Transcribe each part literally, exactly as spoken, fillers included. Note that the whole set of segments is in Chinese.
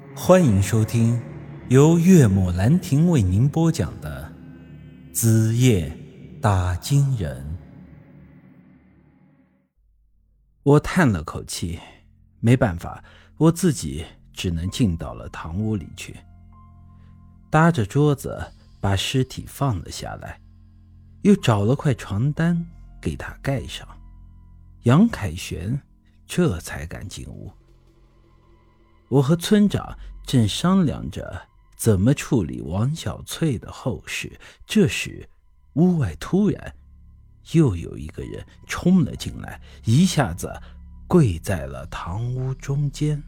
欢迎收听由岳母兰亭为您播讲的《子夜打金人》。我叹了口气，没办法，我自己只能进到了堂屋里去，搭着桌子把尸体放了下来，又找了块床单给他盖上。杨凯旋这才敢进屋。我和村长正商量着怎么处理王小翠的后事，这时屋外突然又有一个人冲了进来，一下子跪在了堂屋中间。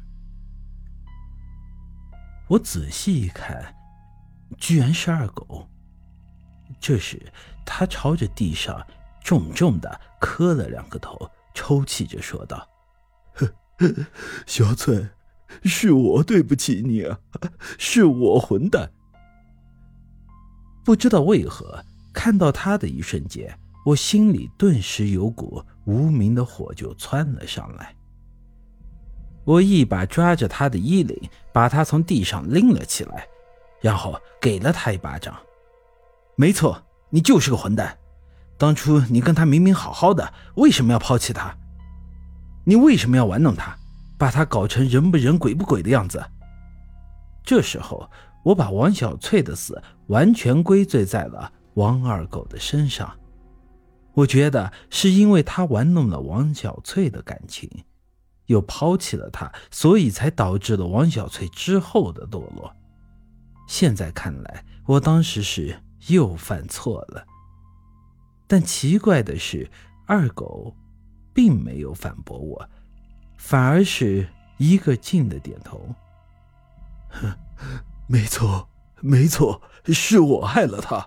我仔细一看，居然是二狗。这时他朝着地上重重地磕了两个头，抽泣着说道： 小翠，是我对不起你啊，是我混蛋。 不知道为何，看到他的一瞬间，我心里顿时有股无名的火就窜了上来。我一把抓着他的衣领，把他从地上拎了起来，然后给了他一巴掌。没错，你就是个混蛋，当初你跟他明明好好的，为什么要抛弃他？你为什么要玩弄他，把他搞成人不人鬼不鬼的样子？这时候我把王小翠的死完全归罪在了王二狗的身上。我觉得是因为他玩弄了王小翠的感情，又抛弃了他，所以才导致了王小翠之后的堕落。现在看来，我当时是又犯错了。但奇怪的是，二狗并没有反驳我，反而是一个劲的点头。 没错，没错，是我害了他。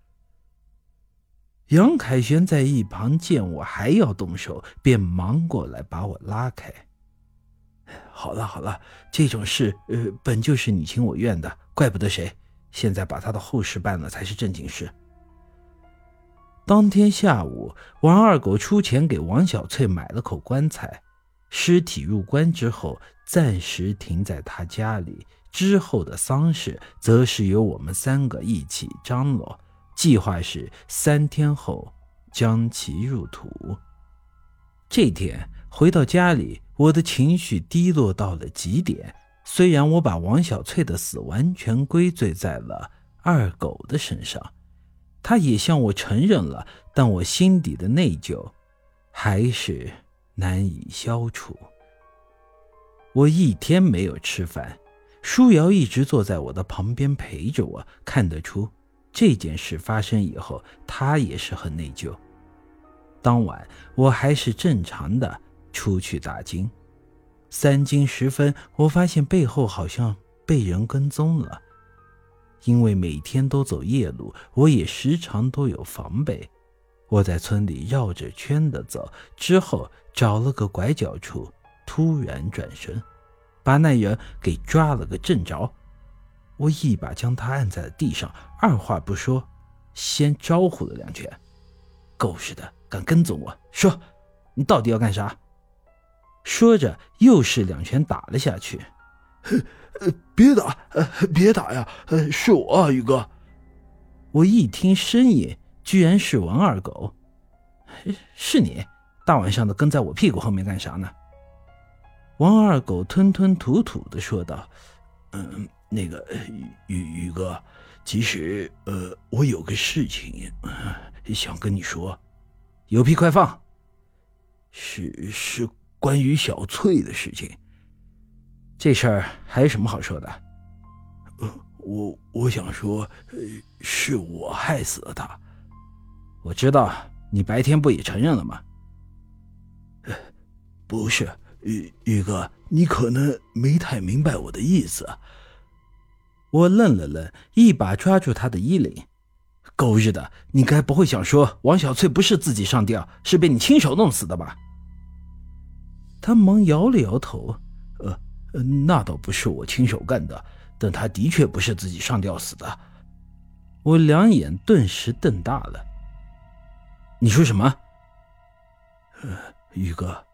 杨凯旋在一旁见我还要动手，便忙过来把我拉开。好了好了，这种事呃，本就是你情我愿的，怪不得谁。现在把他的后事办了才是正经事。当天下午，王二狗出钱给王小翠买了口棺材，尸体入棺之后暂时停在他家里，之后的丧事则是由我们三个一起张罗，计划是三天后将其入土。这天回到家里，我的情绪低落到了极点。虽然我把王小翠的死完全归罪在了二狗的身上，他也向我承认了，但我心底的内疚还是难以消除。我一天没有吃饭，舒瑶一直坐在我的旁边陪着我，看得出这件事发生以后，他也是很内疚。当晚我还是正常的出去打更，三更时分，我发现背后好像被人跟踪了。因为每天都走夜路，我也时常都有防备。我在村里绕着圈的走，之后找了个拐角处，突然转身，把那人给抓了个正着。我一把将他按在了地上，二话不说，先招呼了两拳。狗似的，敢跟踪我，说你到底要干啥？说着又是两拳打了下去。 别打，别打呀，是我啊，宇哥。 我一听声音，居然是王二狗。是你，大晚上的跟在我屁股后面干啥呢？王二狗吞吞吐吐地说道： 嗯，那个宇宇哥，其实呃，我有个事情、呃、想跟你说。 有屁快放。 是是关于小翠的事情。 这事儿还有什么好说的？ 呃，我我想说、呃、是我害死了他。 我知道，你白天不也承认了吗？ 呃、不是，宇宇哥，你可能没太明白我的意思。 我愣了愣，一把抓住他的衣领。狗日的，你该不会想说王小翠不是自己上吊，是被你亲手弄死的吧？他忙摇了摇头。 呃，那倒不是我亲手干的，但他的确不是自己上吊死的。 我两眼顿时瞪大了。你说什么？ 呃，宇哥，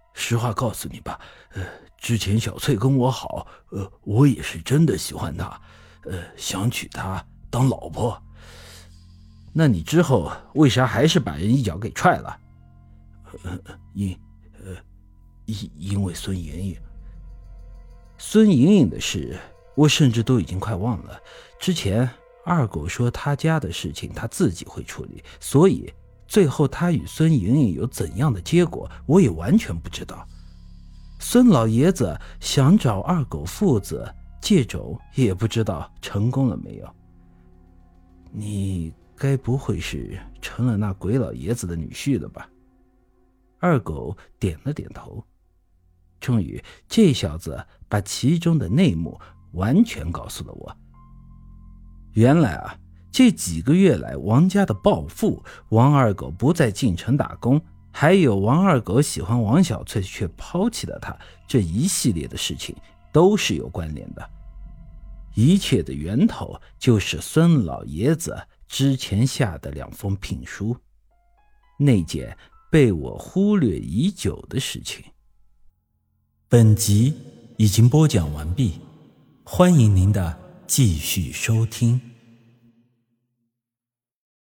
实话告诉你吧，呃，之前小翠跟我好，呃，我也是真的喜欢她，呃，想娶她当老婆。 那你之后为啥还是把人一脚给踹了？ 呃，因，呃，因因为孙莹莹。 孙莹莹的事，我甚至都已经快忘了。之前二狗说他家的事情他自己会处理，所以最后他与孙莹莹有怎样的结果，我也完全不知道。孙老爷子想找二狗父子借种，也不知道成功了没有。你该不会是成了那鬼老爷子的女婿了吧？二狗点了点头。终于，这小子把其中的内幕完全告诉了我。原来啊，这几个月来王家的暴富，王二狗不在进城打工，还有王二狗喜欢王小翠却抛弃了他，这一系列的事情都是有关联的。一切的源头就是孙老爷子之前下的两封聘书，那件被我忽略已久的事情。 本集已经播讲完毕，欢迎您的继续收听。